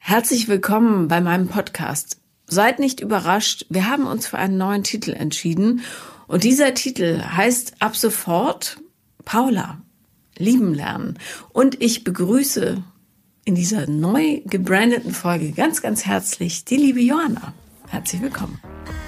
Herzlich willkommen bei meinem Podcast. Seid nicht überrascht, wir haben uns für einen neuen Titel entschieden. Und dieser Titel heißt ab sofort Paula, lieben lernen. Und ich begrüße in dieser neu gebrandeten Folge ganz, ganz herzlich die liebe Johanna. Herzlich willkommen.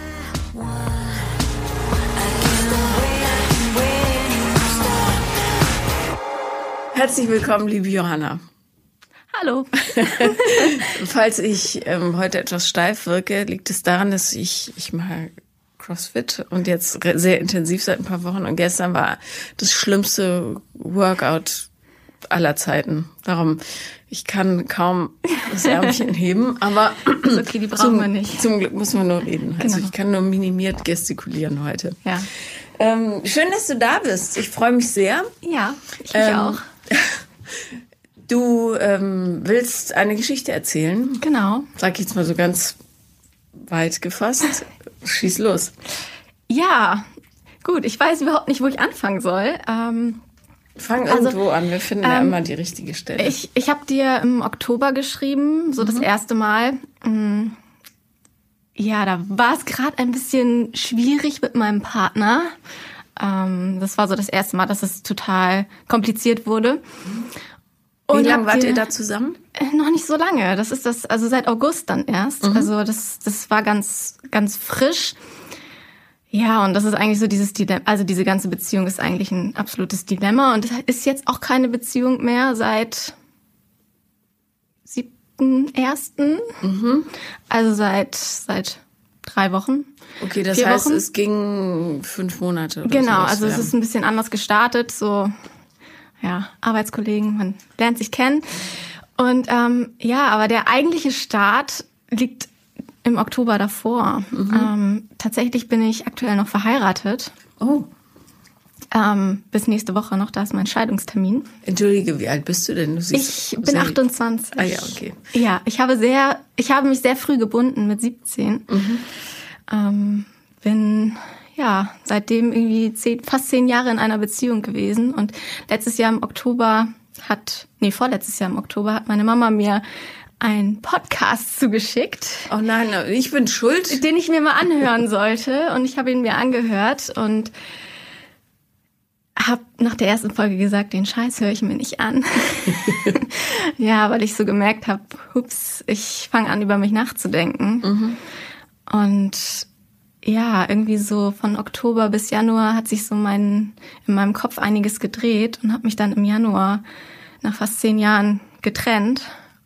Herzlich willkommen, liebe Johanna. Hallo. Falls ich heute etwas steif wirke, liegt es daran, dass ich mache CrossFit und jetzt sehr intensiv seit ein paar Wochen. Und gestern war das schlimmste Workout aller Zeiten. Darum, ich kann kaum das Ärmchen heben, aber ist okay, die brauchen wir nicht. Zum Glück müssen wir nur reden. Also genau. Ich kann nur minimiert gestikulieren heute. Ja. Schön, dass du da bist. Ich freue mich sehr. Ja, ich mich auch. Du willst eine Geschichte erzählen. Genau. Sag ich jetzt mal so ganz weit gefasst. Schieß los. Ja, gut. Ich weiß überhaupt nicht, wo ich anfangen soll. Fang irgendwo an. Wir finden ja immer die richtige Stelle. Ich habe dir im Oktober geschrieben, so das erste Mal. Ja, da war es gerade ein bisschen schwierig mit meinem Partner. Das war so das erste Mal, dass es total kompliziert wurde. Wie lange wart ihr da zusammen? Noch nicht so lange. Das ist also seit August dann erst. Also das war ganz, ganz frisch. Ja, und das ist eigentlich so dieses Dilemma. Also diese ganze Beziehung ist eigentlich ein absolutes Dilemma. Und es ist jetzt auch keine Beziehung mehr seit 7.1. Also seit 3 Wochen. Okay, das 4 heißt, Wochen. es ging 5 Monate oder Genau, sowas, also es ist ein bisschen anders gestartet, so, ja, Arbeitskollegen, man lernt sich kennen. Und ja, aber der eigentliche Start liegt im Oktober davor. Tatsächlich bin ich aktuell noch verheiratet. Oh. Bis nächste Woche noch, da ist mein Scheidungstermin. Entschuldige, wie alt bist du denn? Du Ich bin 28. Ah ja, okay. Ja, ich habe mich sehr früh gebunden mit 17. Bin ja seitdem irgendwie fast 10 Jahre in einer Beziehung gewesen. Und vorletztes Jahr im Oktober hat meine Mama mir einen Podcast zugeschickt. Oh nein, ich bin schuld. Den ich mir mal anhören sollte. Und ich habe ihn mir angehört und habe nach der ersten Folge gesagt, den Scheiß höre ich mir nicht an. Ja, weil ich so gemerkt habe, hups, ich fange an, über mich nachzudenken. Und ja, irgendwie so von Oktober bis Januar hat sich so in meinem Kopf einiges gedreht und habe mich dann im Januar nach fast 10 Jahren getrennt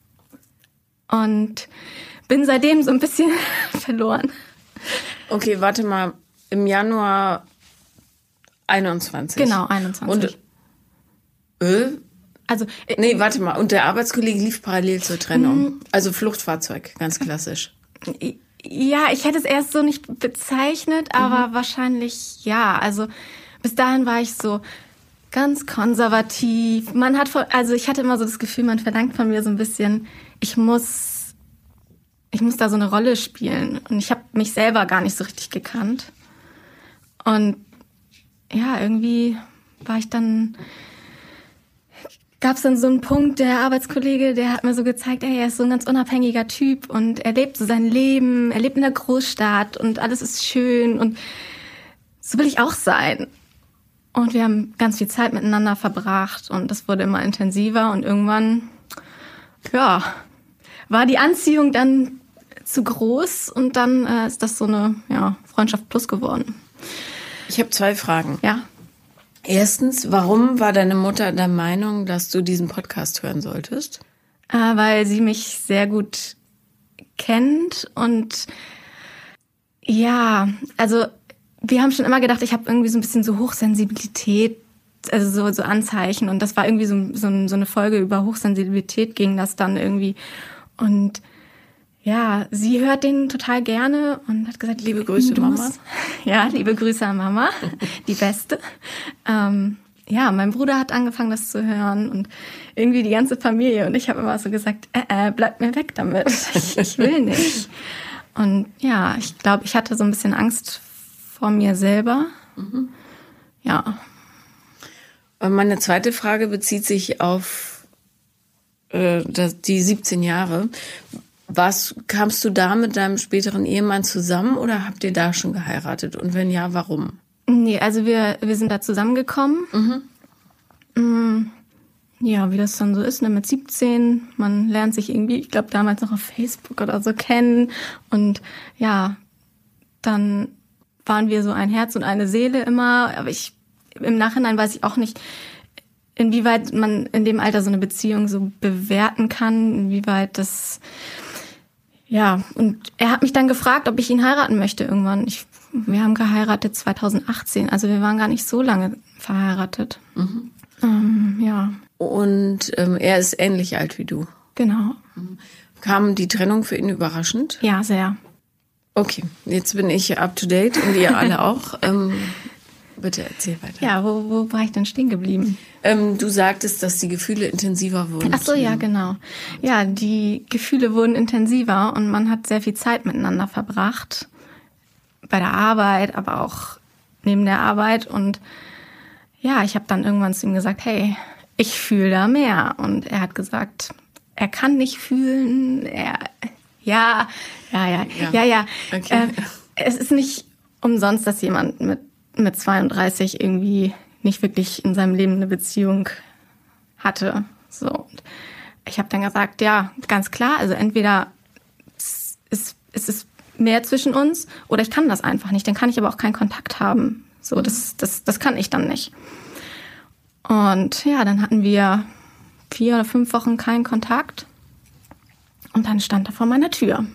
und bin seitdem so ein bisschen verloren. Okay, warte mal, im Januar 21. Genau, 21. Und also nee, warte mal, und der Arbeitskollege lief parallel zur Trennung. Also Fluchtfahrzeug, ganz klassisch. Ja, ich hätte es erst so nicht bezeichnet, aber wahrscheinlich ja. Also bis dahin war ich so ganz konservativ. Ich hatte immer so das Gefühl, man verlangt von mir so ein bisschen, ich muss da so eine Rolle spielen. Und ich habe mich selber gar nicht so richtig gekannt. Und ja, irgendwie gab es dann so einen Punkt, der Arbeitskollege, der hat mir so gezeigt, er ist so ein ganz unabhängiger Typ und er lebt so sein Leben, er lebt in der Großstadt und alles ist schön und so will ich auch sein. Und wir haben ganz viel Zeit miteinander verbracht und das wurde immer intensiver und irgendwann, ja, war die Anziehung dann zu groß und dann ist das so eine Freundschaft plus geworden. Ich habe 2 Fragen. Ja. Erstens, warum war deine Mutter der Meinung, dass du diesen Podcast hören solltest? Weil sie mich sehr gut kennt und ja, also wir haben schon immer gedacht, ich habe irgendwie so ein bisschen so Hochsensibilität, also so Anzeichen und das war irgendwie so eine Folge über Hochsensibilität ging das dann irgendwie und ja, sie hört den total gerne und hat gesagt, liebe Grüße, Mama. Ja, liebe Grüße an Mama, die Beste. Ja, mein Bruder hat angefangen, das zu hören und irgendwie die ganze Familie. Und ich habe immer so gesagt, bleib mir weg damit. Ich will nicht. Und ja, ich glaube, ich hatte so ein bisschen Angst vor mir selber. Ja. Und meine zweite Frage bezieht sich auf die 17 Jahre. Kamst du da mit deinem späteren Ehemann zusammen oder habt ihr da schon geheiratet? Und wenn ja, warum? Nee, also wir sind da zusammengekommen. Ja, wie das dann so ist, ne, mit 17, man lernt sich irgendwie, ich glaube damals noch auf Facebook oder so kennen und ja, dann waren wir so ein Herz und eine Seele immer, aber im Nachhinein weiß ich auch nicht, inwieweit man in dem Alter so eine Beziehung so bewerten kann, inwieweit das, ja, und er hat mich dann gefragt, ob ich ihn heiraten möchte irgendwann. Wir haben geheiratet 2018, also wir waren gar nicht so lange verheiratet. Ja. Und er ist ähnlich alt wie du. Genau. Kam die Trennung für ihn überraschend? Ja, sehr. Okay, jetzt bin ich up to date und ihr alle auch. Bitte erzähl weiter. Ja, wo war ich denn stehen geblieben? Du sagtest, dass die Gefühle intensiver wurden. Ach so, ja, genau. Ja, die Gefühle wurden intensiver und man hat sehr viel Zeit miteinander verbracht. Bei der Arbeit, aber auch neben der Arbeit. Und ja, ich habe dann irgendwann zu ihm gesagt, hey, ich fühle da mehr. Und er hat gesagt, er kann nicht fühlen. Ja. Okay. Es ist nicht umsonst, dass jemand mit 32 irgendwie nicht wirklich in seinem Leben eine Beziehung hatte. So. Und ich habe dann gesagt, ja, ganz klar, also entweder es ist mehr zwischen uns oder ich kann das einfach nicht. Dann kann ich aber auch keinen Kontakt haben. So, das kann ich dann nicht. Und ja, dann hatten wir 4 oder 5 Wochen keinen Kontakt. Und dann stand er vor meiner Tür.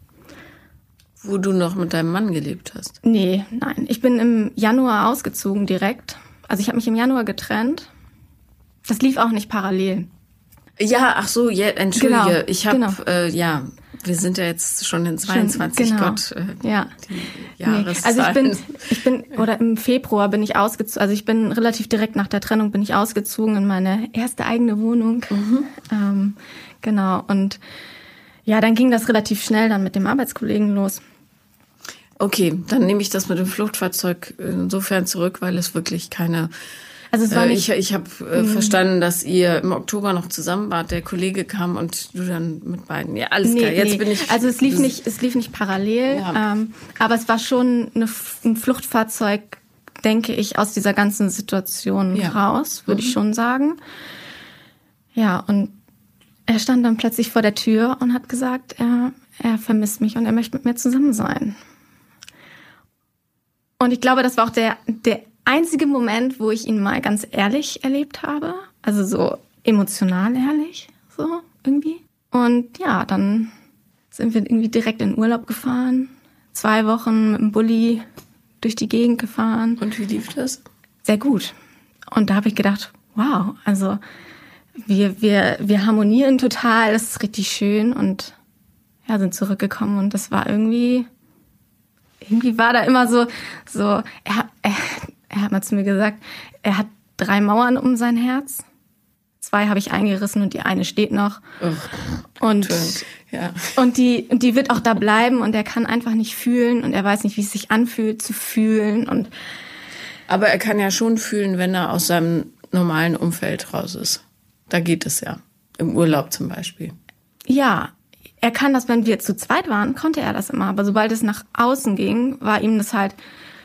Wo du noch mit deinem Mann gelebt hast? Nein. Ich bin im Januar ausgezogen direkt. Also ich habe mich im Januar getrennt. Das lief auch nicht parallel. Ja, ach so, ja, entschuldige. Genau, ich habe, wir sind ja jetzt schon in 22, genau. Gott, ja. Die Jahreszahlen. Also ich bin, oder im Februar bin ich ausgezogen, also ich bin relativ direkt nach der Trennung bin ich ausgezogen in meine erste eigene Wohnung. Genau, und ja, dann ging das relativ schnell dann mit dem Arbeitskollegen los. Okay, dann nehme ich das mit dem Fluchtfahrzeug insofern zurück, weil es wirklich keine... Also es war nicht, ich habe verstanden, dass ihr im Oktober noch zusammen wart, der Kollege kam und du dann mit beiden. Ja, alles klar. Jetzt bin ich. Also es lief nicht parallel, ja. Aber es war schon ein Fluchtfahrzeug, denke ich, aus dieser ganzen Situation raus, würde ich schon sagen. Ja, und er stand dann plötzlich vor der Tür und hat gesagt, er vermisst mich und er möchte mit mir zusammen sein. Und ich glaube, das war auch der einzige Moment, wo ich ihn mal ganz ehrlich erlebt habe. Also so emotional ehrlich, so irgendwie. Und ja, dann sind wir irgendwie direkt in Urlaub gefahren. 2 Wochen mit dem Bulli durch die Gegend gefahren. Und wie lief das? Sehr gut. Und da habe ich gedacht, wow, also wir harmonieren total, das ist richtig schön. Und ja, sind zurückgekommen und das war irgendwie war da immer so, er hat mal zu mir gesagt, er hat 3 Mauern um sein Herz. 2 habe ich eingerissen und die eine steht noch. Und die wird auch da bleiben und er kann einfach nicht fühlen und er weiß nicht, wie es sich anfühlt zu fühlen. Aber er kann ja schon fühlen, wenn er aus seinem normalen Umfeld raus ist. Da geht es ja. Im Urlaub zum Beispiel. Ja, er kann das, wenn wir zu zweit waren, konnte er das immer. Aber sobald es nach außen ging, war ihm das halt,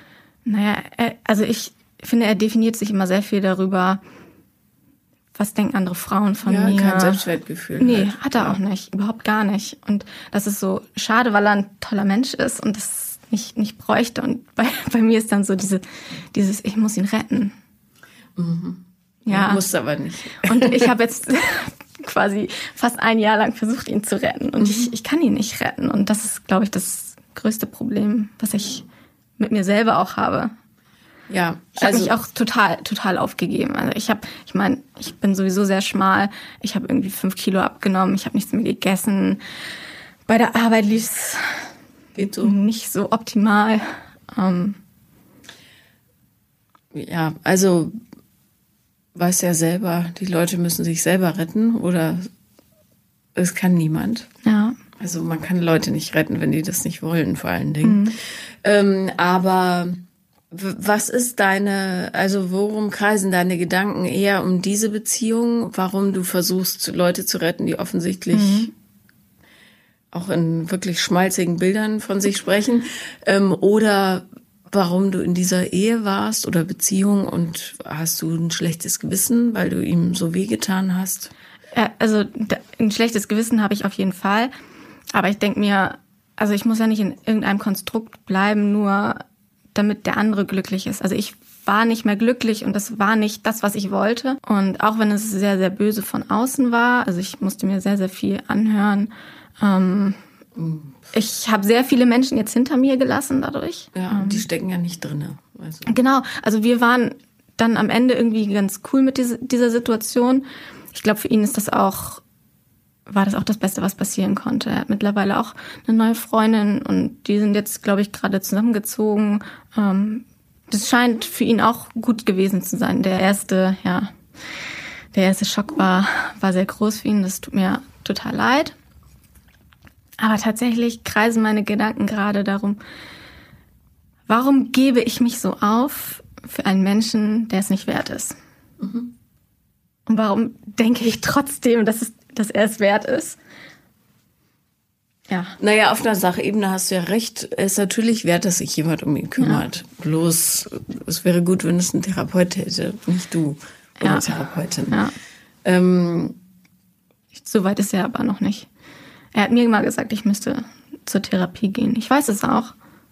also ich finde, er definiert sich immer sehr viel darüber, was denken andere Frauen von mir. Ja, kein Selbstwertgefühl. Nee, halt. Hat er auch nicht, überhaupt gar nicht. Und das ist so schade, weil er ein toller Mensch ist und das nicht bräuchte. Und bei mir ist dann so dieses, ich muss ihn retten. Mhm. Ja. Musst aber nicht. Und ich habe jetzt quasi fast 1 Jahr lang versucht, ihn zu retten. Und ich kann ihn nicht retten. Und das ist, glaube ich, das größte Problem, was ich mit mir selber auch habe. Ja. Ich habe mich auch total aufgegeben. Also ich bin sowieso sehr schmal. Ich habe irgendwie 5 Kilo abgenommen. Ich habe nichts mehr gegessen. Bei der Arbeit lief es nicht so optimal. Ja, also weiß ja selber, die Leute müssen sich selber retten oder es kann niemand. Ja. Also man kann Leute nicht retten, wenn die das nicht wollen, vor allen Dingen. Aber was ist worum kreisen deine Gedanken eher um diese Beziehung? Warum du versuchst, Leute zu retten, die offensichtlich auch in wirklich schmalzigen Bildern von sich sprechen, oder warum du in dieser Ehe warst oder Beziehung und hast du ein schlechtes Gewissen, weil du ihm so wehgetan hast? Also ein schlechtes Gewissen habe ich auf jeden Fall. Aber ich denke mir, also ich muss ja nicht in irgendeinem Konstrukt bleiben, nur damit der andere glücklich ist. Also ich war nicht mehr glücklich und das war nicht das, was ich wollte. Und auch wenn es sehr, sehr böse von außen war, also ich musste mir sehr, sehr viel anhören. Ich habe sehr viele Menschen jetzt hinter mir gelassen dadurch. Ja, die stecken ja nicht drin. Also. Genau, also wir waren dann am Ende irgendwie ganz cool mit dieser Situation. Ich glaube, für ihn war das auch das Beste, was passieren konnte. Er hat mittlerweile auch eine neue Freundin und die sind jetzt, glaube ich, gerade zusammengezogen. Das scheint für ihn auch gut gewesen zu sein. Der erste Schock war sehr groß für ihn. Das tut mir total leid. Aber tatsächlich kreisen meine Gedanken gerade darum, warum gebe ich mich so auf für einen Menschen, der es nicht wert ist? Mhm. Und warum denke ich trotzdem, dass er es wert ist? Ja. Naja, auf einer Sachebene hast du ja recht. Es ist natürlich wert, dass sich jemand um ihn kümmert. Ja. Bloß, es wäre gut, wenn es ein Therapeut hätte, nicht du oder eine Therapeutin. Ja. So weit ist er aber noch nicht. Er hat mir mal gesagt, ich müsste zur Therapie gehen. Ich weiß es auch.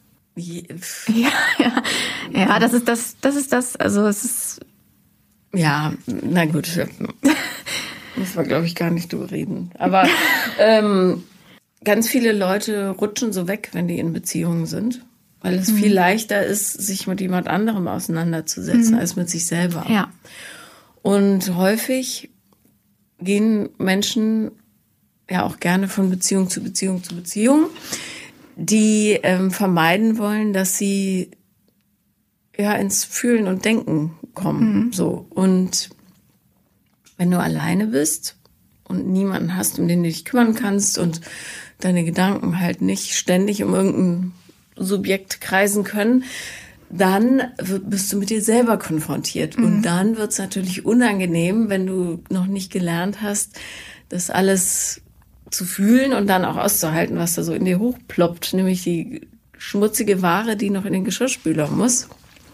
Ja, das ist das. Also es ist... Ja, na gut. Muss man, glaube ich, gar nicht drüber reden. Aber ganz viele Leute rutschen so weg, wenn die in Beziehungen sind. Weil es viel leichter ist, sich mit jemand anderem auseinanderzusetzen, als mit sich selber. Ja. Und häufig gehen Menschen ja auch gerne von Beziehung zu Beziehung zu Beziehung, die vermeiden wollen, dass sie ja ins Fühlen und Denken kommen. So. Und wenn du alleine bist und niemanden hast, um den du dich kümmern kannst und deine Gedanken halt nicht ständig um irgendein Subjekt kreisen können, dann bist du mit dir selber konfrontiert. Und dann wird es natürlich unangenehm, wenn du noch nicht gelernt hast, das alles zu fühlen und dann auch auszuhalten, was da so in dir hochploppt, nämlich die schmutzige Ware, die noch in den Geschirrspüler muss.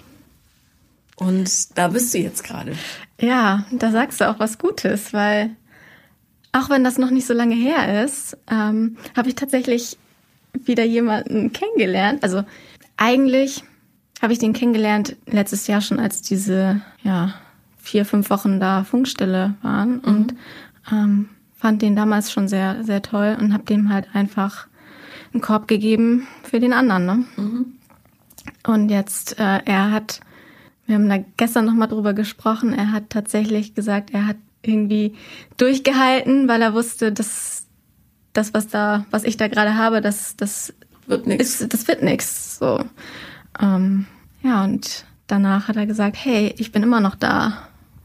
Und da bist du jetzt gerade. Ja, da sagst du auch was Gutes, weil auch wenn das noch nicht so lange her ist, habe ich tatsächlich wieder jemanden kennengelernt. Also eigentlich habe ich den kennengelernt letztes Jahr schon, als diese 4-5 Wochen da Funkstille waren und fand den damals schon sehr, sehr toll und habe dem halt einfach einen Korb gegeben für den anderen. Ne? Und jetzt, wir haben da gestern noch mal drüber gesprochen, er hat tatsächlich gesagt, er hat irgendwie durchgehalten, weil er wusste, dass das, was ich da gerade habe, das wird nichts. Das wird nichts. So. Und danach hat er gesagt, hey, ich bin immer noch da.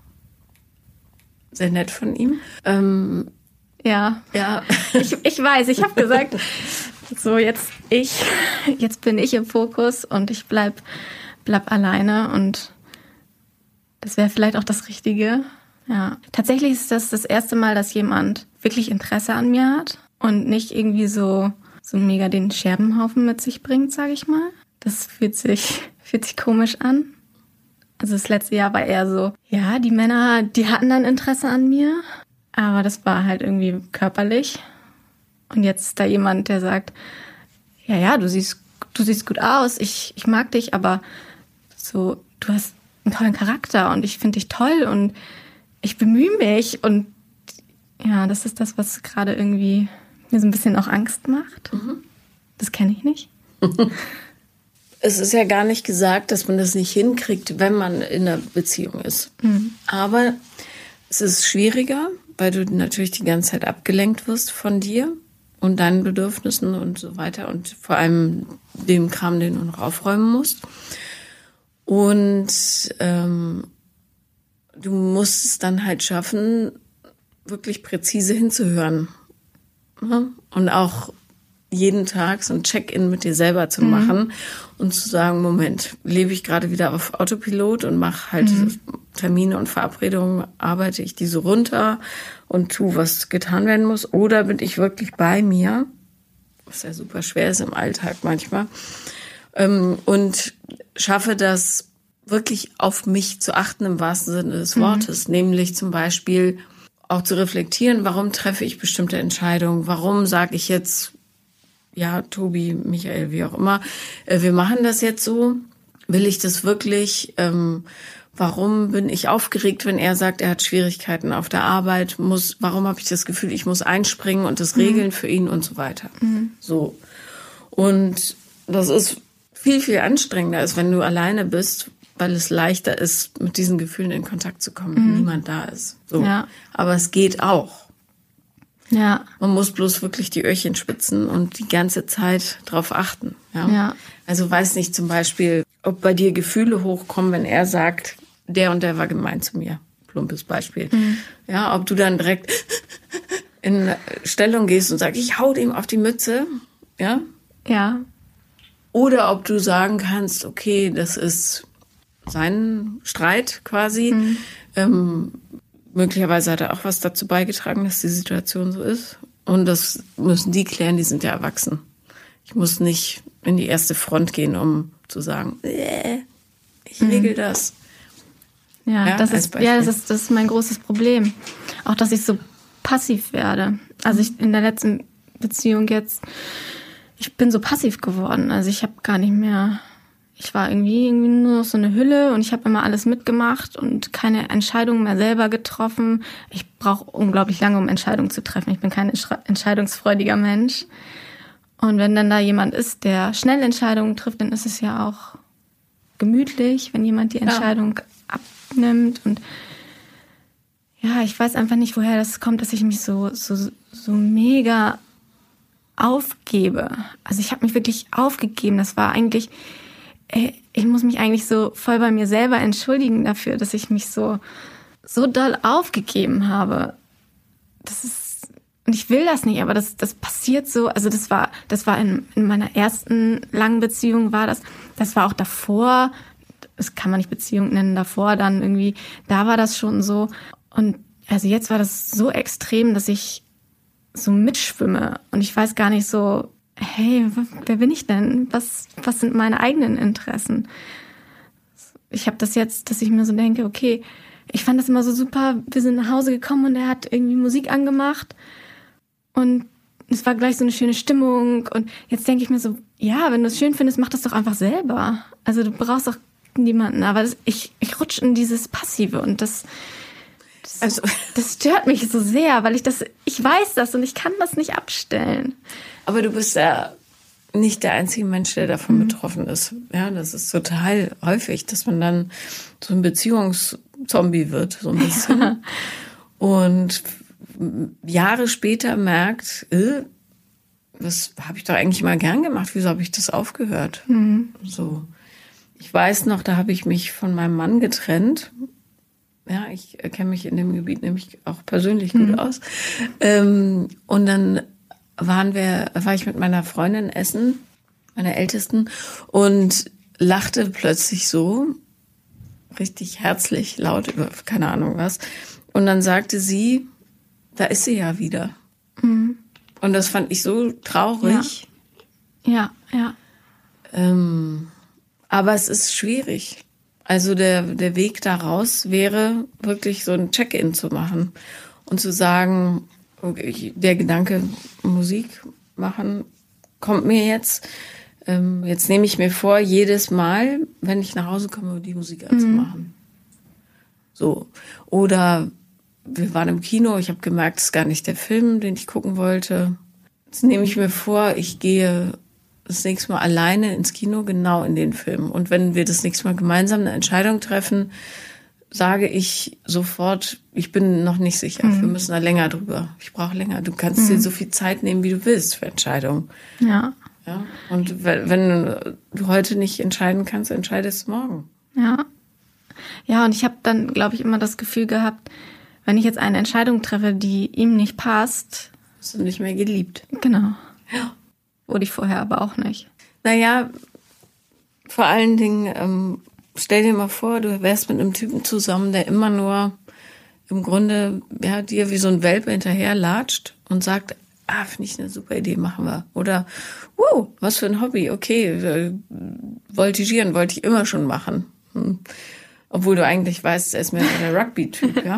Sehr nett von ihm. Ja. Ich weiß, ich habe gesagt, so jetzt bin ich im Fokus und ich bleib alleine und das wäre vielleicht auch das Richtige. Ja. Tatsächlich ist das erste Mal, dass jemand wirklich Interesse an mir hat und nicht irgendwie so mega den Scherbenhaufen mit sich bringt, sage ich mal. Das fühlt sich komisch an. Also das letzte Jahr war eher so, ja, die Männer, die hatten dann Interesse an mir, aber das war halt irgendwie körperlich. Und jetzt ist da jemand, der sagt, ja, du siehst gut aus, ich mag dich, aber so, du hast einen tollen Charakter und ich finde dich toll und ich bemühe mich. Und ja, das ist das, was gerade irgendwie mir so ein bisschen auch Angst macht. Das kenne ich nicht. Es ist ja gar nicht gesagt, dass man das nicht hinkriegt, wenn man in einer Beziehung ist. Aber es ist schwieriger, weil du natürlich die ganze Zeit abgelenkt wirst von dir und deinen Bedürfnissen und so weiter und vor allem dem Kram, den du noch aufräumen musst. Und du musst es dann halt schaffen, wirklich präzise hinzuhören. Ja? Und auch jeden Tag so ein Check-in mit dir selber zu machen und zu sagen, Moment, lebe ich gerade wieder auf Autopilot und mache halt Termine und Verabredungen, arbeite ich die so runter und tue, was getan werden muss, oder bin ich wirklich bei mir was ja super schwer ist im Alltag manchmal, und schaffe das wirklich auf mich zu achten im wahrsten Sinne des Wortes, nämlich zum Beispiel auch zu reflektieren, warum treffe ich bestimmte Entscheidungen, warum sage ich jetzt, ja, Tobi, Michael, wie auch immer, wir machen das jetzt so, will ich das wirklich, warum bin ich aufgeregt, wenn er sagt, er hat Schwierigkeiten auf der Arbeit, warum habe ich das Gefühl, ich muss einspringen und das regeln für ihn und so weiter. So. Und das ist viel, viel anstrengender, als wenn du alleine bist, weil es leichter ist, mit diesen Gefühlen in Kontakt zu kommen, wenn niemand da ist. So. Ja. Aber es geht auch. Ja. Man muss bloß wirklich die Öhrchen spitzen und die ganze Zeit drauf achten. Ja? Also weiß nicht zum Beispiel, ob bei dir Gefühle hochkommen, wenn er sagt, der und der war gemein zu mir. Plumpes Beispiel. Ja, ob du dann direkt in Stellung gehst und sagst, ich hau dem auf die Mütze. Ja. Ja. Oder ob du sagen kannst, okay, das ist sein Streit quasi. Möglicherweise hat er auch was dazu beigetragen, dass die Situation so ist. Und das müssen die klären, die sind ja erwachsen. Ich muss nicht in die erste Front gehen, um zu sagen, ich regel das. Ja, das ist mein großes Problem. Auch, dass ich so passiv werde. Also ich in der letzten Beziehung jetzt, ich bin so passiv geworden. Also ich habe gar nicht mehr, ich war irgendwie nur noch so eine Hülle und ich habe immer alles mitgemacht und keine Entscheidungen mehr selber getroffen. Ich brauche unglaublich lange, um Entscheidungen zu treffen. Ich bin kein entscheidungsfreudiger Mensch. Und wenn dann da jemand ist, der schnell Entscheidungen trifft, dann ist es ja auch gemütlich, wenn jemand die Entscheidung abnimmt. Und ja, ich weiß einfach nicht, woher das kommt, dass ich mich so mega aufgebe. Also ich habe mich wirklich aufgegeben. Das war eigentlich, ich muss mich eigentlich so voll bei mir selber entschuldigen dafür, dass ich mich so doll aufgegeben habe. Und ich will das nicht, aber das passiert so. Also das war in meiner ersten langen Beziehung war das war auch davor. Das kann man nicht Beziehung nennen, davor dann irgendwie, da war das schon so. Und also jetzt war das so extrem, dass ich so mitschwimme und ich weiß gar nicht so, hey, wer bin ich denn? Was sind meine eigenen Interessen? Ich habe das jetzt, dass ich mir so denke, okay, ich fand das immer so super, wir sind nach Hause gekommen und er hat irgendwie Musik angemacht und es war gleich so eine schöne Stimmung und jetzt denke ich mir so, ja, wenn du es schön findest, mach das doch einfach selber. Also du brauchst doch niemanden, aber ich rutsche in dieses Passive und das stört mich so sehr, weil ich weiß das und ich kann das nicht abstellen. Aber du bist ja nicht der einzige Mensch, der davon betroffen ist. Ja, das ist total häufig, dass man dann so ein Beziehungszombie wird, so ein bisschen. Ja. Und Jahre später merkt, das habe ich doch eigentlich mal gern gemacht. Wieso habe ich das aufgehört? So. Ich weiß noch, da habe ich mich von meinem Mann getrennt. Ja, ich kenne mich in dem Gebiet nämlich auch persönlich gut aus. Und dann war ich mit meiner Freundin essen, meiner Ältesten, und lachte plötzlich so richtig herzlich laut über keine Ahnung was. Und dann sagte sie, da ist sie ja wieder. Und das fand ich so traurig. Ja. Aber es ist schwierig. Also der Weg daraus wäre wirklich so ein Check-in zu machen und zu sagen, okay, der Gedanke Musik machen kommt mir jetzt. Jetzt nehme ich mir vor, jedes Mal, wenn ich nach Hause komme, die Musik anzumachen. So. Oder wir waren im Kino, ich habe gemerkt, es ist gar nicht der Film, den ich gucken wollte. Jetzt nehme ich mir vor, ich gehe das nächste Mal alleine ins Kino, genau in den Film. Und wenn wir das nächste Mal gemeinsam eine Entscheidung treffen, sage ich sofort, ich bin noch nicht sicher, wir müssen da länger drüber. Ich brauche länger. Du kannst dir so viel Zeit nehmen, wie du willst für Entscheidungen. Ja. Und wenn du heute nicht entscheiden kannst, entscheidest du morgen. Ja, und ich habe dann, glaube ich, immer das Gefühl gehabt, wenn ich jetzt eine Entscheidung treffe, die ihm nicht passt, bist du nicht mehr geliebt. Genau. Ja. Wurde ich vorher aber auch nicht. Naja, vor allen Dingen, stell dir mal vor, du wärst mit einem Typen zusammen, der immer nur im Grunde dir wie so ein Welpe hinterher latscht und sagt, finde ich eine super Idee, machen wir. Oder, wow, was für ein Hobby, okay, voltigieren wollte ich immer schon machen. Obwohl du eigentlich weißt, er ist mehr so der Rugby-Typ, ja.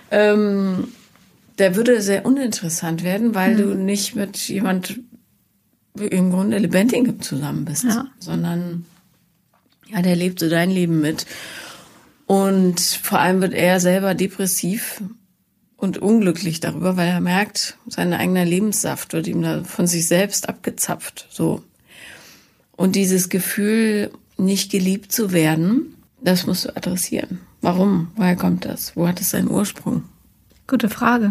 Der würde sehr uninteressant werden, weil du nicht mit jemand im Grunde Lebendigem zusammen bist, sondern ja, der lebt so dein Leben mit. Und vor allem wird er selber depressiv und unglücklich darüber, weil er merkt, sein eigener Lebenssaft wird ihm da von sich selbst abgezapft, so. Und dieses Gefühl, nicht geliebt zu werden, das musst du adressieren. Warum? Woher kommt das? Wo hat es seinen Ursprung? Gute Frage.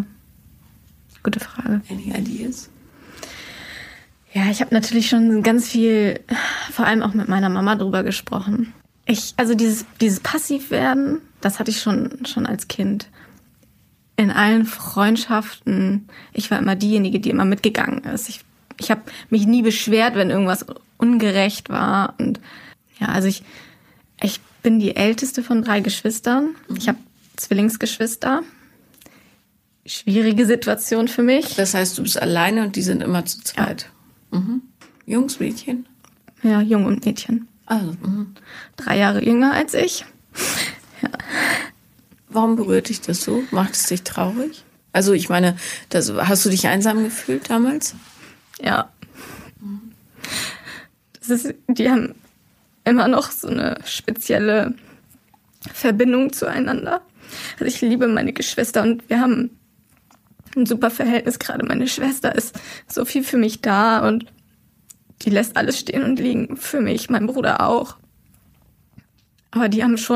Any ideas? Ja, ich habe natürlich schon ganz viel, vor allem auch mit meiner Mama drüber gesprochen. Also dieses Passivwerden, das hatte ich schon als Kind. In allen Freundschaften, ich war immer diejenige, die immer mitgegangen ist. Ich habe mich nie beschwert, wenn irgendwas ungerecht war. Und ja, also ich bin die älteste von 3 Geschwistern. Ich habe Zwillingsgeschwister. Schwierige Situation für mich. Das heißt, du bist alleine und die sind immer zu zweit. Ja. Jungs, Mädchen? Ja, Jung und Mädchen. Also, 3 Jahre jünger als ich. Ja. Warum berührt dich das so? Macht es dich traurig? Also ich meine, hast du dich einsam gefühlt damals? Ja. Die haben immer noch so eine spezielle Verbindung zueinander. Also ich liebe meine Geschwister und wir haben ein super Verhältnis. Gerade meine Schwester ist so viel für mich da und die lässt alles stehen und liegen für mich, mein Bruder auch. Aber die haben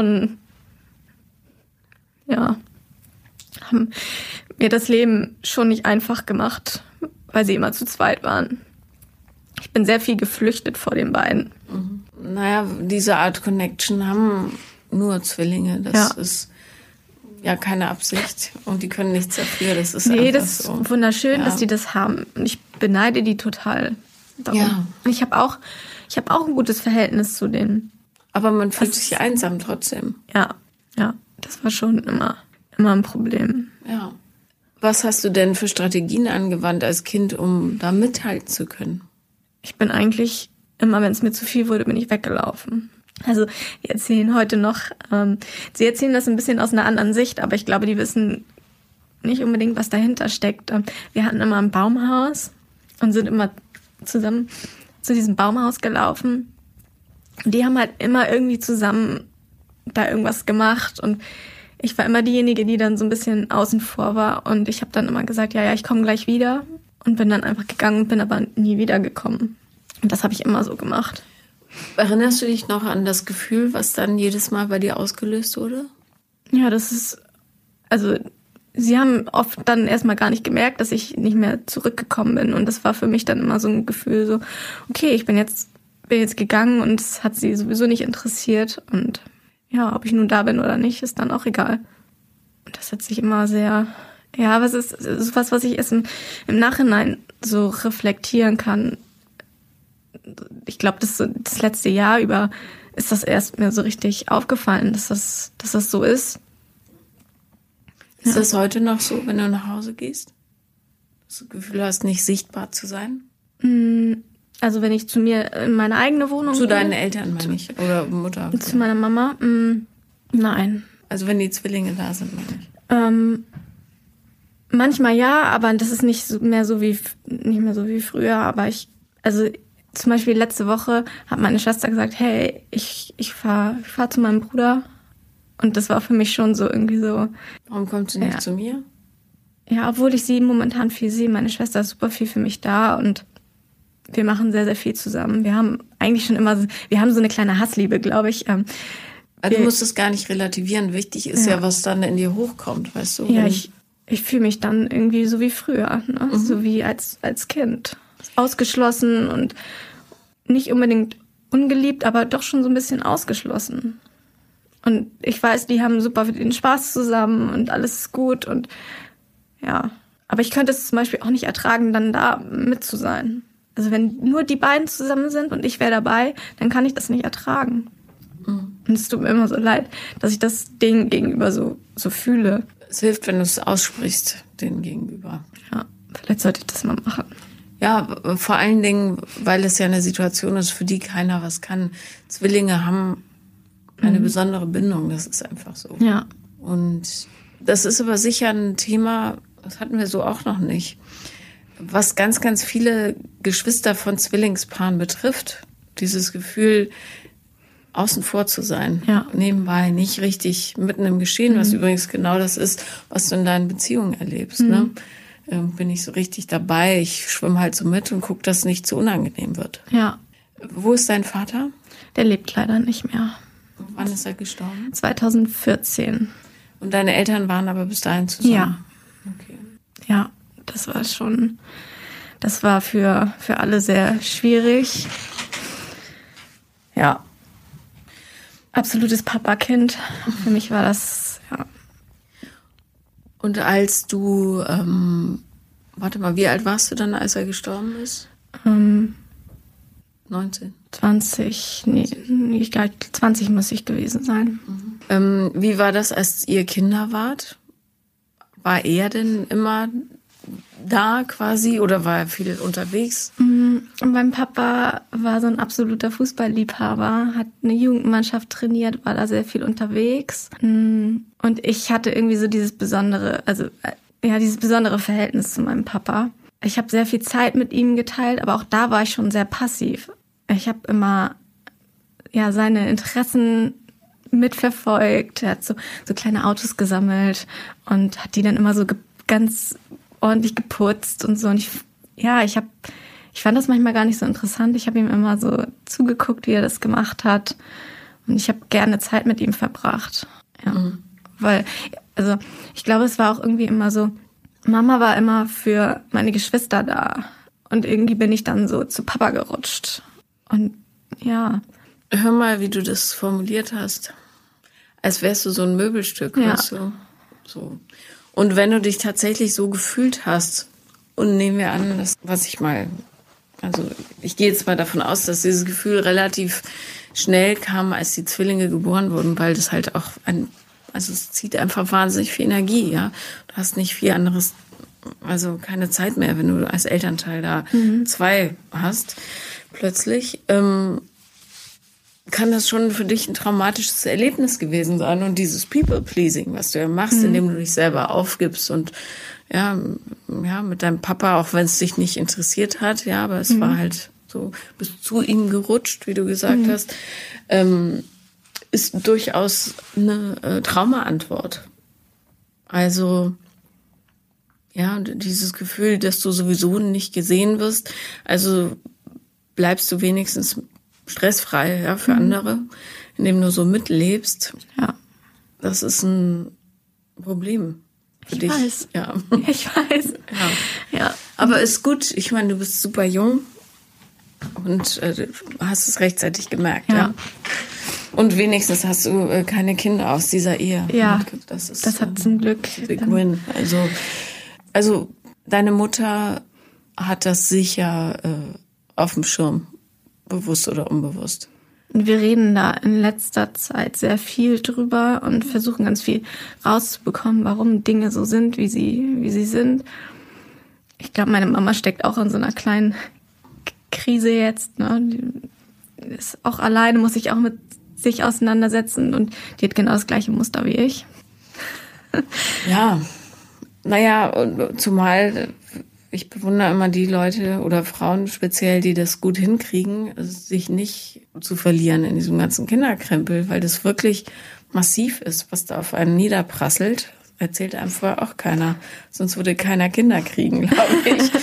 mir das Leben schon nicht einfach gemacht, weil sie immer zu zweit waren. Ich bin sehr viel geflüchtet vor den beiden. Naja, diese Art Connection haben nur Zwillinge. Das ist ja keine Absicht und die können nichts dafür. Das ist einfach das ist so wunderschön, dass die das haben. Und ich beneide die total darum. Ja. Und ich habe auch ein gutes Verhältnis zu denen. Aber man fühlt sich einsam trotzdem. Ja, das war schon immer ein Problem. Ja. Was hast du denn für Strategien angewandt als Kind, um da mithalten zu können? Ich bin eigentlich immer, wenn es mir zu viel wurde, bin ich weggelaufen. Also die erzählen heute noch, sie erzählen das ein bisschen aus einer anderen Sicht, aber ich glaube, die wissen nicht unbedingt, was dahinter steckt. Wir hatten immer ein Baumhaus und sind immer zusammen zu diesem Baumhaus gelaufen. Und die haben halt immer irgendwie zusammen da irgendwas gemacht und ich war immer diejenige, die dann so ein bisschen außen vor war und ich habe dann immer gesagt, ja, ich komme gleich wieder und bin dann einfach gegangen und bin aber nie wiedergekommen. Und das habe ich immer so gemacht. Erinnerst du dich noch an das Gefühl, was dann jedes Mal bei dir ausgelöst wurde? Ja, sie haben oft dann erstmal gar nicht gemerkt, dass ich nicht mehr zurückgekommen bin und das war für mich dann immer so ein Gefühl so, okay, ich bin jetzt gegangen und es hat sie sowieso nicht interessiert und ja, ob ich nun da bin oder nicht, ist dann auch egal. Und das hat sich immer sehr, aber es ist was ich erst im Nachhinein so reflektieren kann. Ich glaube, das letzte Jahr über ist das erst mir so richtig aufgefallen, dass das so ist. Ist das heute noch so, wenn du nach Hause gehst? Dass du das Gefühl hast, nicht sichtbar zu sein? Also wenn ich zu mir in meine eigene Wohnung Zu deinen Eltern, meine ich. Oder Mutter. Zu meiner Mama? Nein. Also wenn die Zwillinge da sind, meine ich. Manchmal ja, aber das ist nicht mehr so wie früher. Aber zum Beispiel letzte Woche hat meine Schwester gesagt, hey, ich fahr zu meinem Bruder. Und das war für mich schon so irgendwie so. Warum kommt sie nicht zu mir? Ja, obwohl ich sie momentan viel sehe. Meine Schwester ist super viel für mich da und wir machen sehr, sehr viel zusammen. Wir haben eigentlich wir haben so eine kleine Hassliebe, glaube ich. Also du musst es gar nicht relativieren. Wichtig ist ja, was dann in dir hochkommt, weißt du? Ja, ich fühle mich dann irgendwie so wie früher, ne? So wie als Kind. Ausgeschlossen und nicht unbedingt ungeliebt, aber doch schon so ein bisschen ausgeschlossen. Und ich weiß, die haben super den Spaß zusammen und alles ist gut und ja. Aber ich könnte es zum Beispiel auch nicht ertragen, dann da mit zu sein. Also wenn nur die beiden zusammen sind und ich wäre dabei, dann kann ich das nicht ertragen. Und es tut mir immer so leid, dass ich das denen gegenüber so fühle. Es hilft, wenn du es aussprichst, denen gegenüber. Ja. Vielleicht sollte ich das mal machen. Ja, vor allen Dingen, weil es ja eine Situation ist, für die keiner was kann. Zwillinge haben eine besondere Bindung, das ist einfach so. Ja. Und das ist aber sicher ein Thema, das hatten wir so auch noch nicht, was ganz, ganz viele Geschwister von Zwillingspaaren betrifft. Dieses Gefühl, außen vor zu sein, nebenbei, nicht richtig mitten im Geschehen, was übrigens genau das ist, was du in deinen Beziehungen erlebst. Ne? Bin ich so richtig dabei, ich schwimme halt so mit und gucke, dass es nicht zu unangenehm wird. Ja. Wo ist dein Vater? Der lebt leider nicht mehr. Wann ist er gestorben? 2014. Und deine Eltern waren aber bis dahin zusammen? Ja. Okay. Ja, das war für alle sehr schwierig. Ja. Absolutes Papakind. Für mich war das, ja. Und als du, warte mal, wie alt warst du dann, als er gestorben ist? 19? 20, nee, ich glaube 20 muss ich gewesen sein. Wie war das, als ihr Kinder wart? War er denn immer da quasi oder war er viel unterwegs? Und mein Papa war so ein absoluter Fußballliebhaber, hat eine Jugendmannschaft trainiert, war da sehr viel unterwegs. Und ich hatte irgendwie so dieses besondere Verhältnis zu meinem Papa. Ich habe sehr viel Zeit mit ihm geteilt, aber auch da war ich schon sehr passiv. Ich habe immer seine Interessen mitverfolgt. Er hat so kleine Autos gesammelt und hat die dann immer so ganz ordentlich geputzt und so. Und ich fand das manchmal gar nicht so interessant. Ich habe ihm immer so zugeguckt, wie er das gemacht hat. Und ich habe gerne Zeit mit ihm verbracht. Ja. Weil, also ich glaube, es war auch irgendwie immer so, Mama war immer für meine Geschwister da. Und irgendwie bin ich dann so zu Papa gerutscht. Und ja. Hör mal, wie du das formuliert hast. Als wärst du so ein Möbelstück, weißt du? So. Und wenn du dich tatsächlich so gefühlt hast, und nehmen wir an, ich gehe jetzt mal davon aus, dass dieses Gefühl relativ schnell kam, als die Zwillinge geboren wurden, weil das halt auch es zieht einfach wahnsinnig viel Energie, ja. Du hast nicht viel anderes, also keine Zeit mehr, wenn du als Elternteil da 2 hast, plötzlich, kann das schon für dich ein traumatisches Erlebnis gewesen sein. Und dieses People-Pleasing, was du ja machst, indem du dich selber aufgibst und mit deinem Papa, auch wenn es dich nicht interessiert hat, aber es war halt so, bist zu ihm gerutscht, wie du gesagt hast, ist durchaus eine Traumaantwort. Also, dieses Gefühl, dass du sowieso nicht gesehen wirst, also bleibst du wenigstens stressfrei, für andere, indem du so mitlebst. Ja. Das ist ein Problem für dich. Weiß. Ja. Ich weiß. Ja. Aber ist gut. Ich meine, du bist super jung und hast es rechtzeitig gemerkt. Ja. Und wenigstens hast du keine Kinder aus dieser Ehe. Ja. Das hat zum Glück. Big Win. Also deine Mutter hat das sicher auf dem Schirm. Bewusst oder unbewusst. Wir reden da in letzter Zeit sehr viel drüber und versuchen ganz viel rauszubekommen, warum Dinge so sind, wie sie sind. Ich glaube, meine Mama steckt auch in so einer kleinen Krise jetzt. Ne? Die ist auch alleine, muss sich auch mit sich auseinandersetzen und die hat genau das gleiche Muster wie ich. Ja, zumal ich bewundere immer die Leute oder Frauen speziell, die das gut hinkriegen, sich nicht zu verlieren in diesem ganzen Kinderkrempel, weil das wirklich massiv ist, was da auf einen niederprasselt. Erzählt einem vorher auch keiner. Sonst würde keiner Kinder kriegen, glaube ich.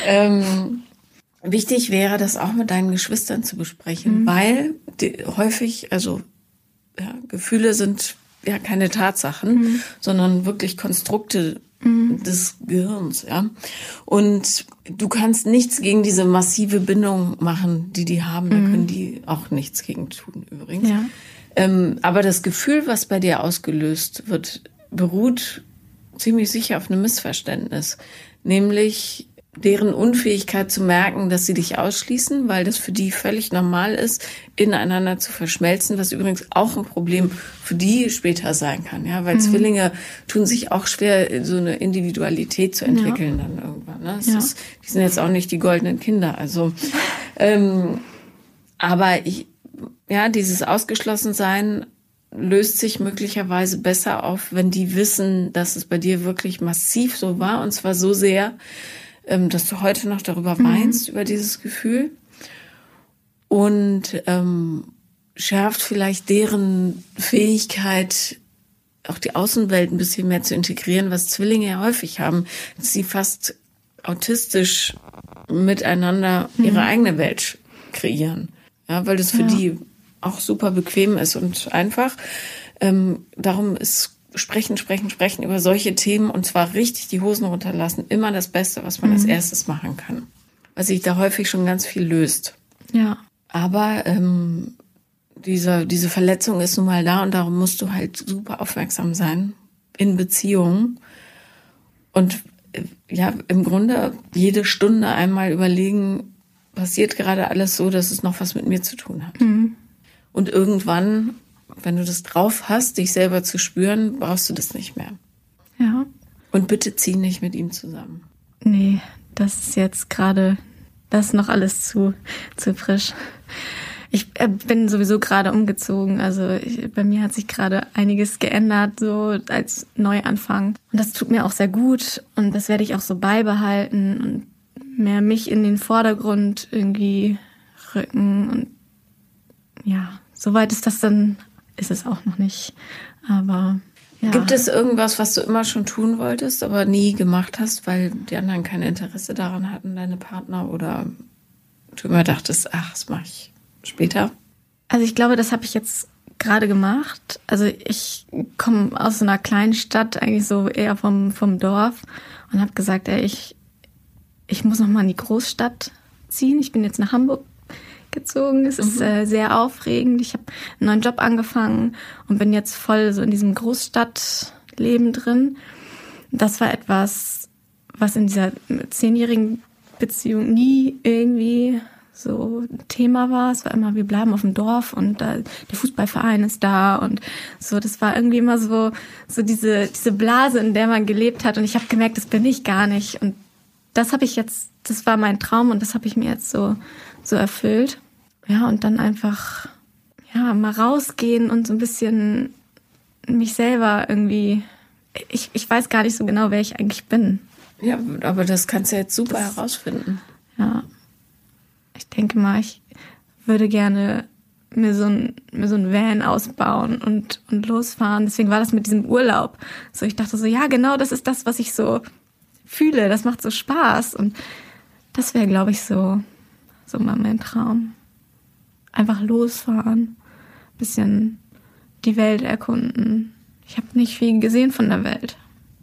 Wichtig wäre, das auch mit deinen Geschwistern zu besprechen, weil häufig, Gefühle sind keine Tatsachen, sondern wirklich Konstrukte des Gehirns, Und du kannst nichts gegen diese massive Bindung machen, die haben. Da können die auch nichts gegen tun, übrigens. Ja. Aber das Gefühl, was bei dir ausgelöst wird, beruht ziemlich sicher auf einem Missverständnis. Nämlich, deren Unfähigkeit zu merken, dass sie dich ausschließen, weil das für die völlig normal ist, ineinander zu verschmelzen, was übrigens auch ein Problem für die später sein kann, ja, weil Zwillinge tun sich auch schwer, so eine Individualität zu entwickeln dann irgendwann. Ne? Die sind jetzt auch nicht die goldenen Kinder, also aber dieses Ausgeschlossensein löst sich möglicherweise besser auf, wenn die wissen, dass es bei dir wirklich massiv so war, und zwar so sehr, dass du heute noch darüber weinst, über dieses Gefühl, und schärft vielleicht deren Fähigkeit, auch die Außenwelt ein bisschen mehr zu integrieren, was Zwillinge ja häufig haben, dass sie fast autistisch miteinander ihre eigene Welt kreieren. Ja, weil das für die auch super bequem ist und einfach. Darum ist Sprechen über solche Themen, und zwar richtig die Hosen runterlassen, immer das Beste, was man als erstes machen kann. Weil sich da häufig schon ganz viel löst. Ja. Aber diese Verletzung ist nun mal da, und darum musst du halt super aufmerksam sein in Beziehungen. Und im Grunde jede Stunde einmal überlegen, passiert gerade alles so, dass es noch was mit mir zu tun hat. Und irgendwann, wenn du das drauf hast, dich selber zu spüren, brauchst du das nicht mehr. Ja. Und bitte zieh nicht mit ihm zusammen. Nee, das ist jetzt gerade, das ist noch alles zu frisch. Ich bin sowieso gerade umgezogen, also bei mir hat sich gerade einiges geändert, so als Neuanfang. Und das tut mir auch sehr gut, und das werde ich auch so beibehalten und mehr mich in den Vordergrund irgendwie rücken. Und ja, soweit ist es auch noch nicht, aber ja. Gibt es irgendwas, was du immer schon tun wolltest, aber nie gemacht hast, weil die anderen kein Interesse daran hatten, deine Partner, oder du immer dachtest, das mache ich später? Also ich glaube, das habe ich jetzt gerade gemacht. Also ich komme aus so einer kleinen Stadt, eigentlich so eher vom Dorf, und habe gesagt, ich muss noch mal in die Großstadt ziehen. Ich bin jetzt nach Hamburg gezogen. Es ist sehr aufregend. Ich habe einen neuen Job angefangen und bin jetzt voll so in diesem Großstadtleben drin. Das war etwas, was in dieser 10-jährigen Beziehung nie irgendwie so Thema war. Es war immer, wir bleiben auf dem Dorf, und der Fußballverein ist da, und so. Das war irgendwie immer so diese Blase, in der man gelebt hat, und ich habe gemerkt, das bin ich gar nicht, und das war mein Traum, und das habe ich mir jetzt so erfüllt. Ja, und dann einfach mal rausgehen und so ein bisschen mich selber irgendwie, ich weiß gar nicht so genau, wer ich eigentlich bin. Ja, aber das kannst du jetzt super herausfinden. Ja. Ich denke mal, ich würde gerne mir so ein Van ausbauen und losfahren. Deswegen war das mit diesem Urlaub. So, ich dachte so, ja, genau, das ist das, was ich so fühle. Das macht so Spaß. Und das wäre, glaube ich, so mal mein Traum. Einfach losfahren, bisschen die Welt erkunden. Ich habe nicht viel gesehen von der Welt.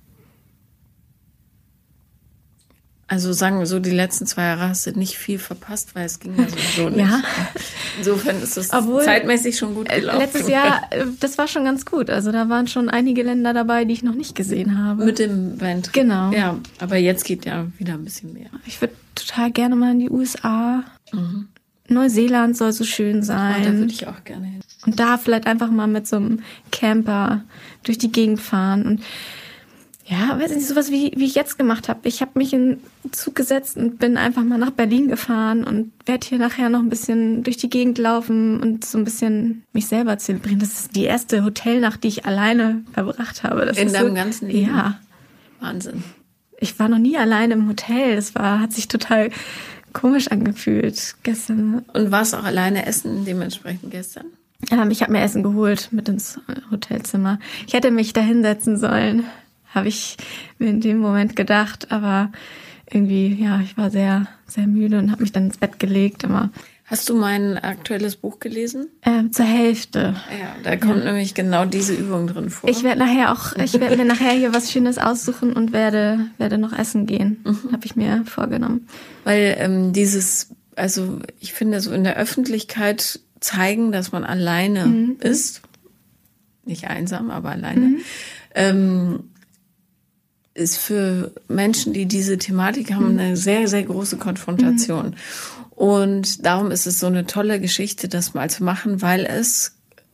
Also sagen wir so, die letzten 2 Jahre hast du nicht viel verpasst, weil es ging ja sowieso nicht. Ja. Insofern ist es zeitmäßig schon gut gelaufen. Letztes Jahr, das war schon ganz gut. Also da waren schon einige Länder dabei, die ich noch nicht gesehen habe. Mit dem Band. Genau. Ja, aber jetzt geht ja wieder ein bisschen mehr. Ich würde total gerne mal in die USA. Neuseeland soll so schön sein. Da würde ich auch gerne hin. Und da vielleicht einfach mal mit so einem Camper durch die Gegend fahren. Und ja, weiß nicht, sowas wie ich jetzt gemacht habe. Ich habe mich in den Zug gesetzt und bin einfach mal nach Berlin gefahren und werde hier nachher noch ein bisschen durch die Gegend laufen und so ein bisschen mich selber zelebrieren. Das ist die erste Hotelnacht, die ich alleine verbracht habe. Das in ist deinem so, ganzen Leben? Ja. Wahnsinn. Ich war noch nie alleine im Hotel. Hat sich total komisch angefühlt gestern. Und warst auch alleine essen dementsprechend gestern? Ich habe mir Essen geholt mit ins Hotelzimmer. Ich hätte mich da hinsetzen sollen, habe ich mir in dem Moment gedacht. Aber irgendwie, ja, ich war sehr, sehr müde und habe mich dann ins Bett gelegt. Aber hast du mein aktuelles Buch gelesen? Zur Hälfte. Ja, da kommt nämlich genau diese Übung drin vor. Ich werde mir nachher hier was Schönes aussuchen und werde noch essen gehen. Habe ich mir vorgenommen. Weil also ich finde, so in der Öffentlichkeit zeigen, dass man alleine ist, nicht einsam, aber alleine, ist für Menschen, die diese Thematik haben, eine sehr, sehr große Konfrontation. Und darum ist es so eine tolle Geschichte, das mal zu machen, weil es,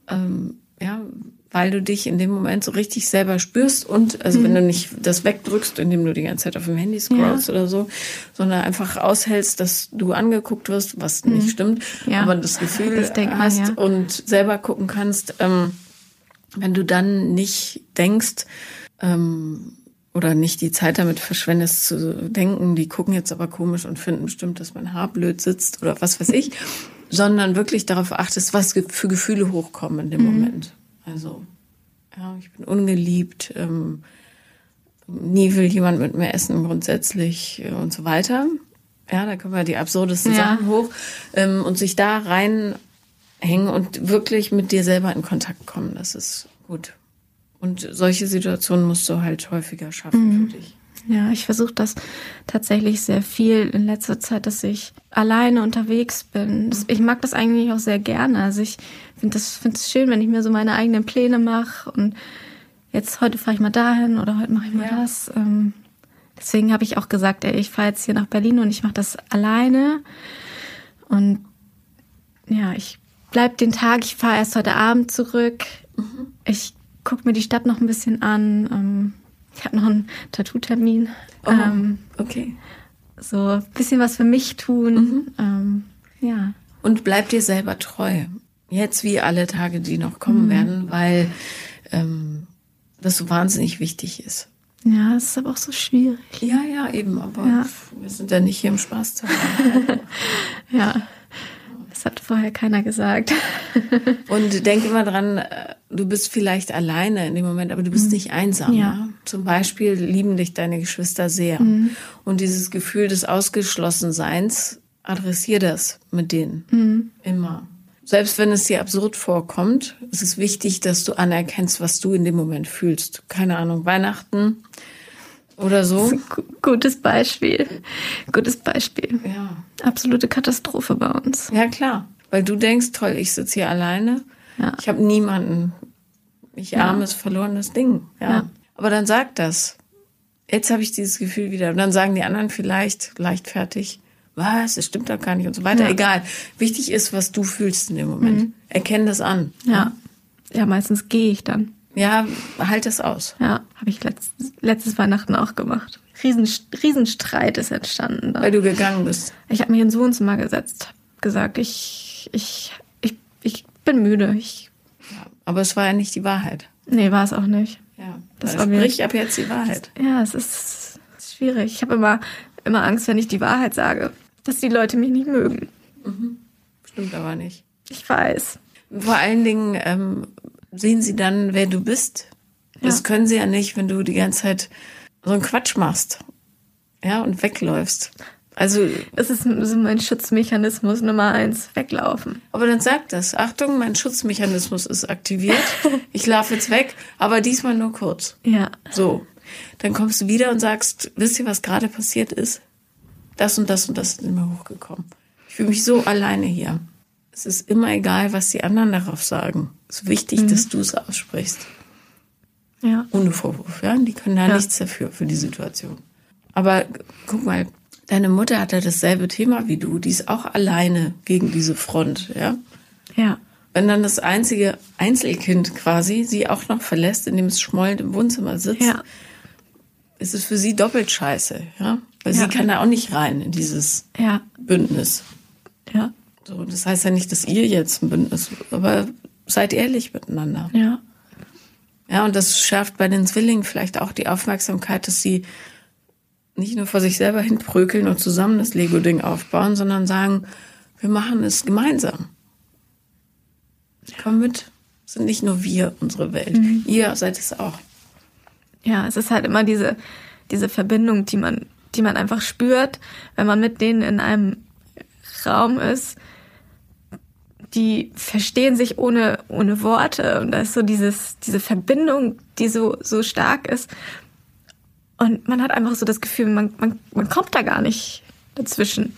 weil du dich in dem Moment so richtig selber spürst und, also wenn du nicht das wegdrückst, indem du die ganze Zeit auf dem Handy scrollst oder so, sondern einfach aushältst, dass du angeguckt wirst, was nicht stimmt, aber das Gefühl hast und selber gucken kannst, wenn du dann nicht denkst, oder nicht die Zeit damit verschwendest zu denken, die gucken jetzt aber komisch und finden bestimmt, dass mein Haar blöd sitzt oder was weiß ich, sondern wirklich darauf achtest, was für Gefühle hochkommen in dem Moment. Also, ja, ich bin ungeliebt, nie will jemand mit mir essen grundsätzlich und so weiter. Ja, da kommen ja die absurdesten Sachen hoch und sich da reinhängen und wirklich mit dir selber in Kontakt kommen, das ist gut. Und solche Situationen musst du halt häufiger schaffen für dich. Ja, ich versuche das tatsächlich sehr viel in letzter Zeit, dass ich alleine unterwegs bin. Ich mag das eigentlich auch sehr gerne. Also ich finde es schön, wenn ich mir so meine eigenen Pläne mache und jetzt heute fahre ich mal dahin oder heute mache ich mal das. Deswegen habe ich auch gesagt, ich fahre jetzt hier nach Berlin und ich mache das alleine. Und ja, ich bleib den Tag, ich fahre erst heute Abend zurück. Ich guck mir die Stadt noch ein bisschen an. Ich habe noch einen Tattoo-Termin. Okay. So ein bisschen was für mich tun. Ja. Und bleib dir selber treu. Jetzt wie alle Tage, die noch kommen werden, weil das so wahnsinnig wichtig ist. Ja, es ist aber auch so schwierig. Ja, eben. Aber wir sind ja nicht hier, um Spaß zu haben. Ja. Das hat vorher keiner gesagt. Und denk immer dran, du bist vielleicht alleine in dem Moment, aber du bist nicht einsam. Ja. Zum Beispiel lieben dich deine Geschwister sehr. Und dieses Gefühl des Ausgeschlossenseins, adressier das mit denen. Immer. Selbst wenn es dir absurd vorkommt, ist es wichtig, dass du anerkennst, was du in dem Moment fühlst. Keine Ahnung, Weihnachten oder so. Gutes Beispiel. Ja. Absolute Katastrophe bei uns. Ja, klar. Weil du denkst, toll, ich sitze hier alleine. Ja. Ich habe niemanden. Ich armes, verlorenes Ding. Ja. Aber dann sag das. Jetzt habe ich dieses Gefühl wieder. Und dann sagen die anderen vielleicht leichtfertig, was, das stimmt doch gar nicht und so weiter. Ja. Egal. Wichtig ist, was du fühlst in dem Moment. Erkenn das an. Ja, meistens gehe ich dann. Ja, halt das aus. Ja, habe ich letztes Weihnachten auch gemacht. Riesenstreit ist entstanden. Weil du gegangen bist. Ich habe mich ins Wohnzimmer gesetzt, gesagt, ich bin müde. Ja, aber es war ja nicht die Wahrheit. Nee, war es auch nicht. Ja, das sprich ab jetzt die Wahrheit. Ja, es ist schwierig. Ich habe immer Angst, wenn ich die Wahrheit sage, dass die Leute mich nicht mögen. Stimmt aber nicht. Ich weiß. Vor allen Dingen sehen sie dann, wer du bist. Das können sie ja nicht, wenn du die ganze Zeit so einen Quatsch machst. Ja, und wegläufst. Also es ist mein Schutzmechanismus Nummer 1, weglaufen. Aber dann sag das. Achtung, mein Schutzmechanismus ist aktiviert. Ich laufe jetzt weg, aber diesmal nur kurz. Ja. So. Dann kommst du wieder und sagst, wisst ihr, was gerade passiert ist? Das und das und das ist mir hochgekommen. Ich fühle mich so alleine hier. Es ist immer egal, was die anderen darauf sagen. Es ist wichtig, dass du es aussprichst. Ja. Ohne Vorwurf, ja. Die können da nichts dafür, für die Situation. Aber guck mal, deine Mutter hat ja dasselbe Thema wie du. Die ist auch alleine gegen diese Front, ja. Ja. Wenn dann das einzige Einzelkind quasi sie auch noch verlässt, indem es schmollend im Wohnzimmer sitzt, ist es für sie doppelt scheiße, ja. Weil sie kann da auch nicht rein in dieses Bündnis. Ja. So, das heißt ja nicht, dass ihr jetzt ein Bündnis, aber seid ehrlich miteinander. Ja. Ja, und das schärft bei den Zwillingen vielleicht auch die Aufmerksamkeit, dass sie nicht nur vor sich selber hinprökeln und zusammen das Lego-Ding aufbauen, sondern sagen, wir machen es gemeinsam. Komm mit, es sind nicht nur wir, unsere Welt. Ihr seid es auch. Ja, es ist halt immer diese Verbindung, die man einfach spürt, wenn man mit denen in einem Raum ist. Die verstehen sich ohne Worte und da ist so diese Verbindung, die so stark ist. Und man hat einfach so das Gefühl, man kommt da gar nicht dazwischen.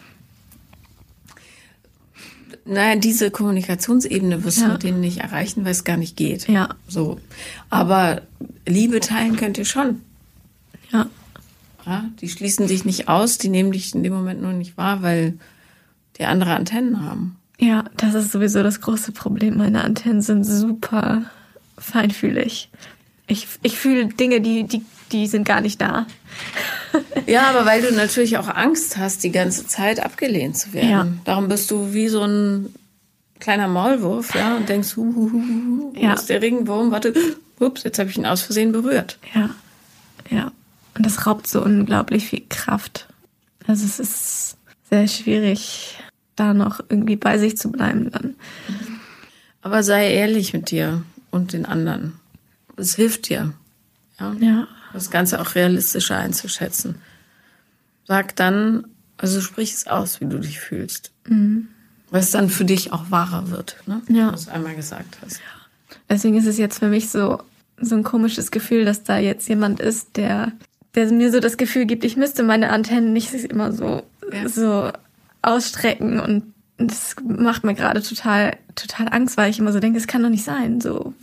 Naja, diese Kommunikationsebene wirst du mit denen nicht erreichen, weil es gar nicht geht. Ja. So. Aber Liebe teilen könnt ihr schon. Ja. Ja, die schließen dich nicht aus, die nehmen dich in dem Moment nur nicht wahr, weil die andere Antennen haben. Ja, das ist sowieso das große Problem. Meine Antennen sind super feinfühlig. Ich fühle Dinge, die sind gar nicht da. Ja, aber weil du natürlich auch Angst hast, die ganze Zeit abgelehnt zu werden. Ja. Darum bist du wie so ein kleiner Maulwurf, ja, und denkst, wo ist der Regenwurm? Warte, ups, jetzt habe ich ihn aus Versehen berührt. Ja. Und das raubt so unglaublich viel Kraft. Also es ist sehr schwierig, da noch irgendwie bei sich zu bleiben dann. Aber sei ehrlich mit dir und den anderen. Es hilft dir. Ja. Das Ganze auch realistischer einzuschätzen. Sag dann, also sprich es aus, wie du dich fühlst. Mhm. Weil es dann für dich auch wahrer wird, ne? Ja. Was du einmal gesagt hast. Ja. Deswegen ist es jetzt für mich so ein komisches Gefühl, dass da jetzt jemand ist, der mir so das Gefühl gibt, ich müsste meine Antennen nicht immer so ausstrecken, und das macht mir gerade total Angst, weil ich immer so denke, es kann doch nicht sein,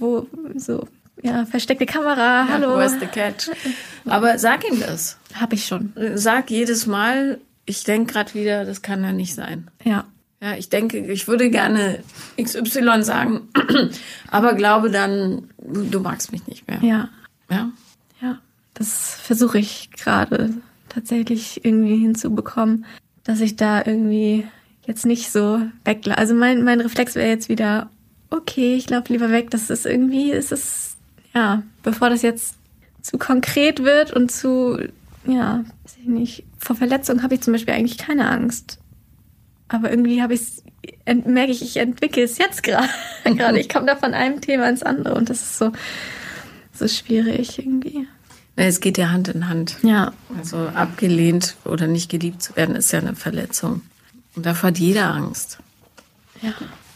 versteckte Kamera, hallo. Where's the catch? Aber sag ihm das. Hab ich schon. Sag jedes Mal, ich denke gerade wieder, das kann ja nicht sein. Ja. Ja, ich denke, ich würde gerne XY sagen, aber glaube dann, du magst mich nicht mehr. Ja. Ja? Ja, das versuche ich gerade tatsächlich irgendwie hinzubekommen, dass ich da irgendwie jetzt nicht so weglaufe. Also mein Reflex wäre jetzt wieder, okay, ich laufe lieber weg. Das ist irgendwie, bevor das jetzt zu konkret wird und zu, weiß ich nicht, vor Verletzung habe ich zum Beispiel eigentlich keine Angst. Aber irgendwie merke ich entwickle es jetzt gerade. Ich komme da von einem Thema ins andere, und das ist so schwierig irgendwie. Es geht ja Hand in Hand. Ja. Also abgelehnt oder nicht geliebt zu werden, ist ja eine Verletzung. Und davor hat jeder Angst. Ja.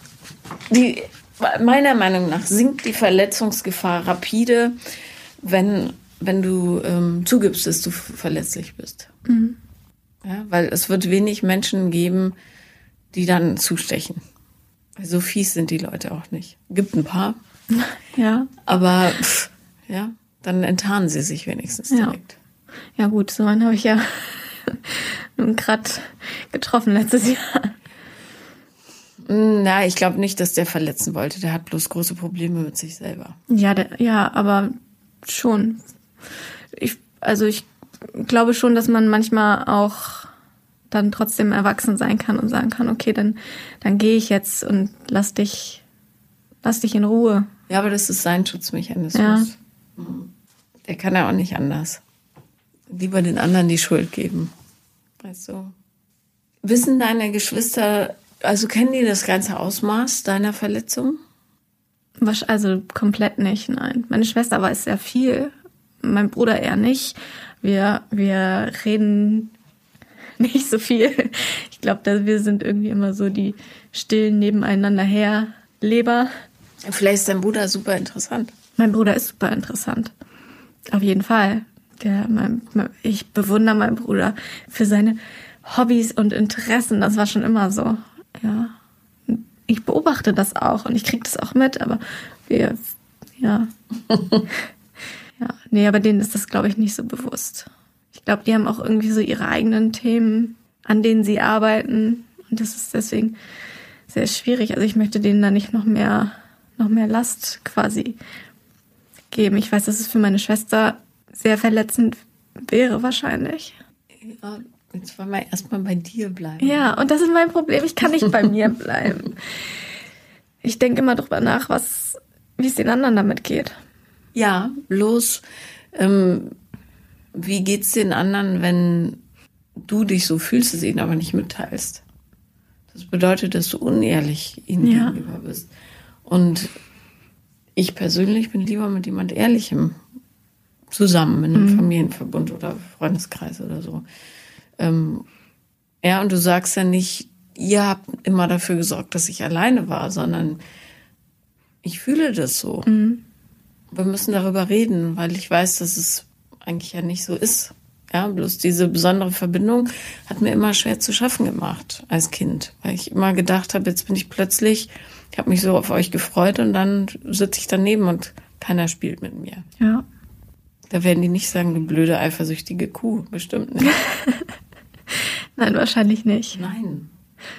Meiner Meinung nach sinkt die Verletzungsgefahr rapide, wenn du zugibst, dass du verletzlich bist. Mhm. Ja, weil es wird wenig Menschen geben, die dann zustechen. So fies sind die Leute auch nicht. Gibt ein paar. Ja. Aber dann enttarnen sie sich wenigstens direkt. Ja gut, so einen habe ich ja nun gerade getroffen letztes Jahr. Na, ich glaube nicht, dass der verletzen wollte. Der hat bloß große Probleme mit sich selber. Ja, aber schon. Ich glaube schon, dass man manchmal auch dann trotzdem erwachsen sein kann und sagen kann, okay, dann gehe ich jetzt und lass dich in Ruhe. Ja, aber das ist sein Schutzmechanismus. Ja. Der kann ja auch nicht anders. Lieber den anderen die Schuld geben. Weißt du? Wissen deine Geschwister, also kennen die das ganze Ausmaß deiner Verletzung? Also komplett nicht, nein. Meine Schwester weiß sehr viel, mein Bruder eher nicht. Wir reden nicht so viel. Ich glaube, wir sind irgendwie immer so die stillen nebeneinander her Leber. Vielleicht ist dein Bruder super interessant. Mein Bruder ist super interessant. Auf jeden Fall. Ich bewundere meinen Bruder für seine Hobbys und Interessen. Das war schon immer so. Ja. Ich beobachte das auch und ich kriege das auch mit, aber aber denen ist das, glaube ich, nicht so bewusst. Ich glaube, die haben auch irgendwie so ihre eigenen Themen, an denen sie arbeiten, und das ist deswegen sehr schwierig. Also ich möchte denen da nicht noch mehr Last quasi geben. Ich weiß, dass es für meine Schwester sehr verletzend wäre wahrscheinlich. Ja, jetzt wollen wir erstmal bei dir bleiben. Ja, und das ist mein Problem. Ich kann nicht bei mir bleiben. Ich denke immer drüber nach, wie es den anderen damit geht. Ja, bloß, wie geht's den anderen, wenn du dich so fühlst, es ihnen aber nicht mitteilst? Das bedeutet, dass du unehrlich ihnen gegenüber bist. Und ich persönlich bin lieber mit jemand Ehrlichem zusammen, in einem Familienverbund oder Freundeskreis oder so. Und du sagst ja nicht, ihr habt immer dafür gesorgt, dass ich alleine war, sondern ich fühle das so. Mhm. Wir müssen darüber reden, weil ich weiß, dass es eigentlich ja nicht so ist. Ja, bloß diese besondere Verbindung hat mir immer schwer zu schaffen gemacht als Kind, weil ich immer gedacht habe, jetzt bin ich plötzlich, ich habe mich so auf euch gefreut und dann sitze ich daneben und keiner spielt mit mir. Ja. Da werden die nicht sagen, du blöde, eifersüchtige Kuh. Bestimmt nicht. Nein, wahrscheinlich nicht. Nein.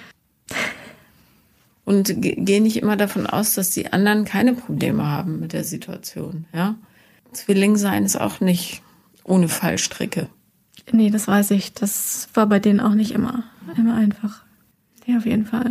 Und geh nicht immer davon aus, dass die anderen keine Probleme haben mit der Situation. Ja? Zwilling sein ist auch nicht ohne Fallstricke. Nee, das weiß ich. Das war bei denen auch nicht immer einfach. Ja, auf jeden Fall.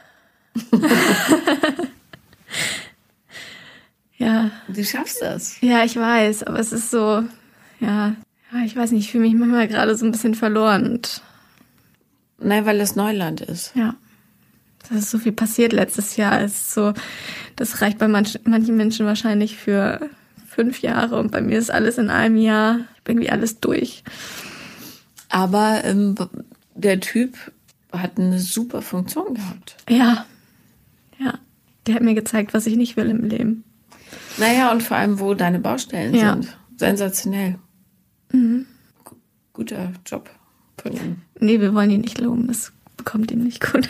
Ja. Du schaffst das. Ja, ich weiß, aber es ist so, ja, ich weiß nicht, ich fühle mich manchmal gerade so ein bisschen verloren. Und nein, weil das Neuland ist. ja, das ist so viel passiert letztes Jahr. Es ist so, das reicht bei manchen Menschen wahrscheinlich für 5 Jahre und bei mir ist alles in einem Jahr. Ich bin irgendwie alles durch. Aber der Typ hat eine super Funktion gehabt. Ja, der hat mir gezeigt, was ich nicht will im Leben. Naja, und vor allem, wo deine Baustellen sind. Sensationell. Mhm. Guter Job von ihm. Nee, wir wollen ihn nicht loben, das bekommt ihn nicht gut.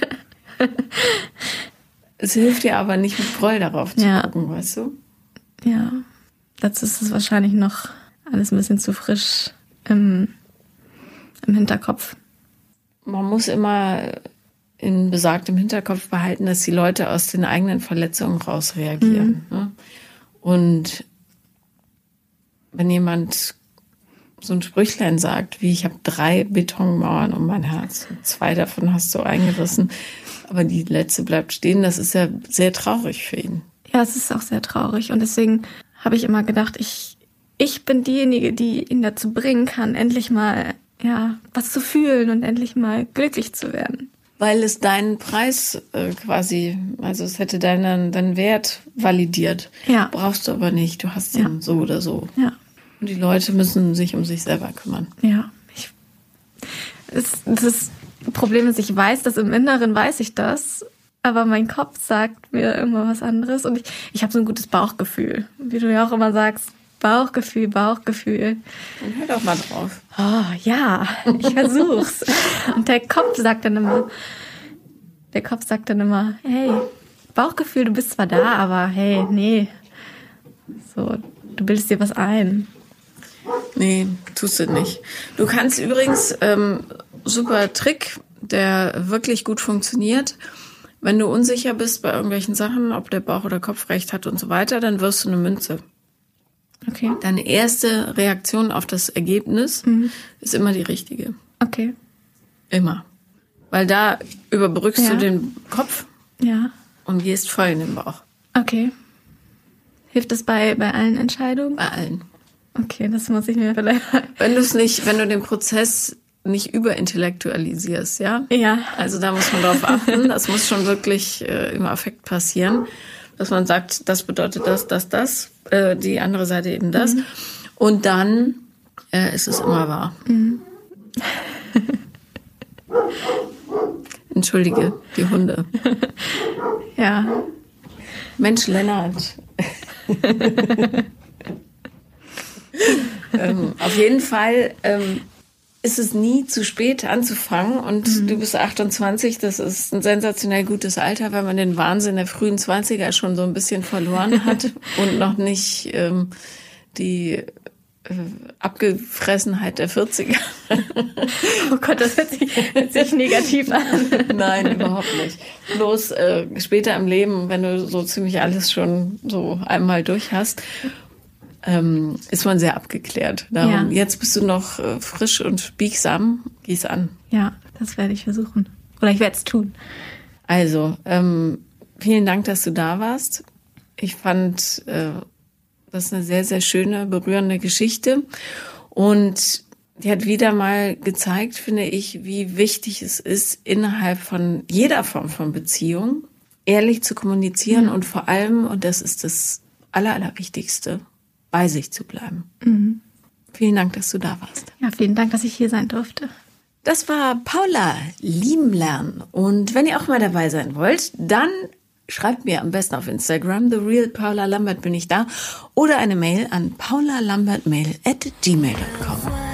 Es hilft dir aber nicht, mit Groll darauf zu gucken, weißt du? Ja, dazu ist es wahrscheinlich noch alles ein bisschen zu frisch im Hinterkopf. Man muss immer in besagtem Hinterkopf behalten, dass die Leute aus den eigenen Verletzungen raus reagieren. Ne? Und wenn jemand so ein Sprüchlein sagt, wie ich habe 3 Betonmauern um mein Herz, 2 davon hast du eingerissen, aber die letzte bleibt stehen, das ist ja sehr traurig für ihn. Ja, es ist auch sehr traurig und deswegen habe ich immer gedacht, ich bin diejenige, die ihn dazu bringen kann, endlich mal was zu fühlen und endlich mal glücklich zu werden. Weil es deinen Preis quasi, also es hätte deinen Wert validiert. Ja. Brauchst du aber nicht, du hast ihn so oder so. Ja. Und die Leute müssen sich um sich selber kümmern. Ja. Das Problem ist, ich weiß das, im Inneren weiß ich das, aber mein Kopf sagt mir immer was anderes und ich habe so ein gutes Bauchgefühl. Wie du ja auch immer sagst, Bauchgefühl. Dann hör doch mal drauf. Oh ja, ich versuch's. Und der Kopf sagt dann immer, hey, Bauchgefühl, du bist zwar da, aber hey, nee. So, du bildest dir was ein. Nee, tust du nicht. Du kannst übrigens, super Trick, der wirklich gut funktioniert. Wenn du unsicher bist bei irgendwelchen Sachen, ob der Bauch oder Kopf recht hat und so weiter, dann wirfst du eine Münze. Okay. Deine erste Reaktion auf das Ergebnis ist immer die richtige. Okay. Immer. Weil da überbrückst du den Kopf und gehst voll in den Bauch. Okay. Hilft das bei allen Entscheidungen? Bei allen. Okay, das muss ich mir vielleicht... Wenn du den Prozess nicht überintellektualisierst, ja? Ja. Also da muss man drauf achten. Das muss schon wirklich im Affekt passieren. Dass man sagt, das bedeutet das, die andere Seite eben das. Und dann ist es immer wahr. Entschuldige, die Hunde. Ja. Mensch, Lennart. Auf jeden Fall ist es nie zu spät anzufangen und du bist 28, das ist ein sensationell gutes Alter, weil man den Wahnsinn der frühen 20er schon so ein bisschen verloren hat und noch nicht die Abgefressenheit der 40er. Oh Gott, das hört sich negativ an. Nein, überhaupt nicht. Bloß später im Leben, wenn du so ziemlich alles schon so einmal durch hast, ist man sehr abgeklärt. Darum, jetzt bist du noch frisch und biegsam. Geh's an. Ja, das werde ich versuchen. Oder ich werde es tun. Also, vielen Dank, dass du da warst. Ich fand das eine sehr, sehr schöne, berührende Geschichte. Und die hat wieder mal gezeigt, finde ich, wie wichtig es ist, innerhalb von jeder Form von Beziehung ehrlich zu kommunizieren und vor allem, und das ist das Allerwichtigste, bei sich zu bleiben. Vielen Dank, dass du da warst. Ja, vielen Dank, dass ich hier sein durfte. Das war Paula, lieben lernen. Und wenn ihr auch mal dabei sein wollt, dann schreibt mir am besten auf Instagram, The Real Paula Lambert bin ich da, oder eine Mail an paulalambertmail@gmail.com.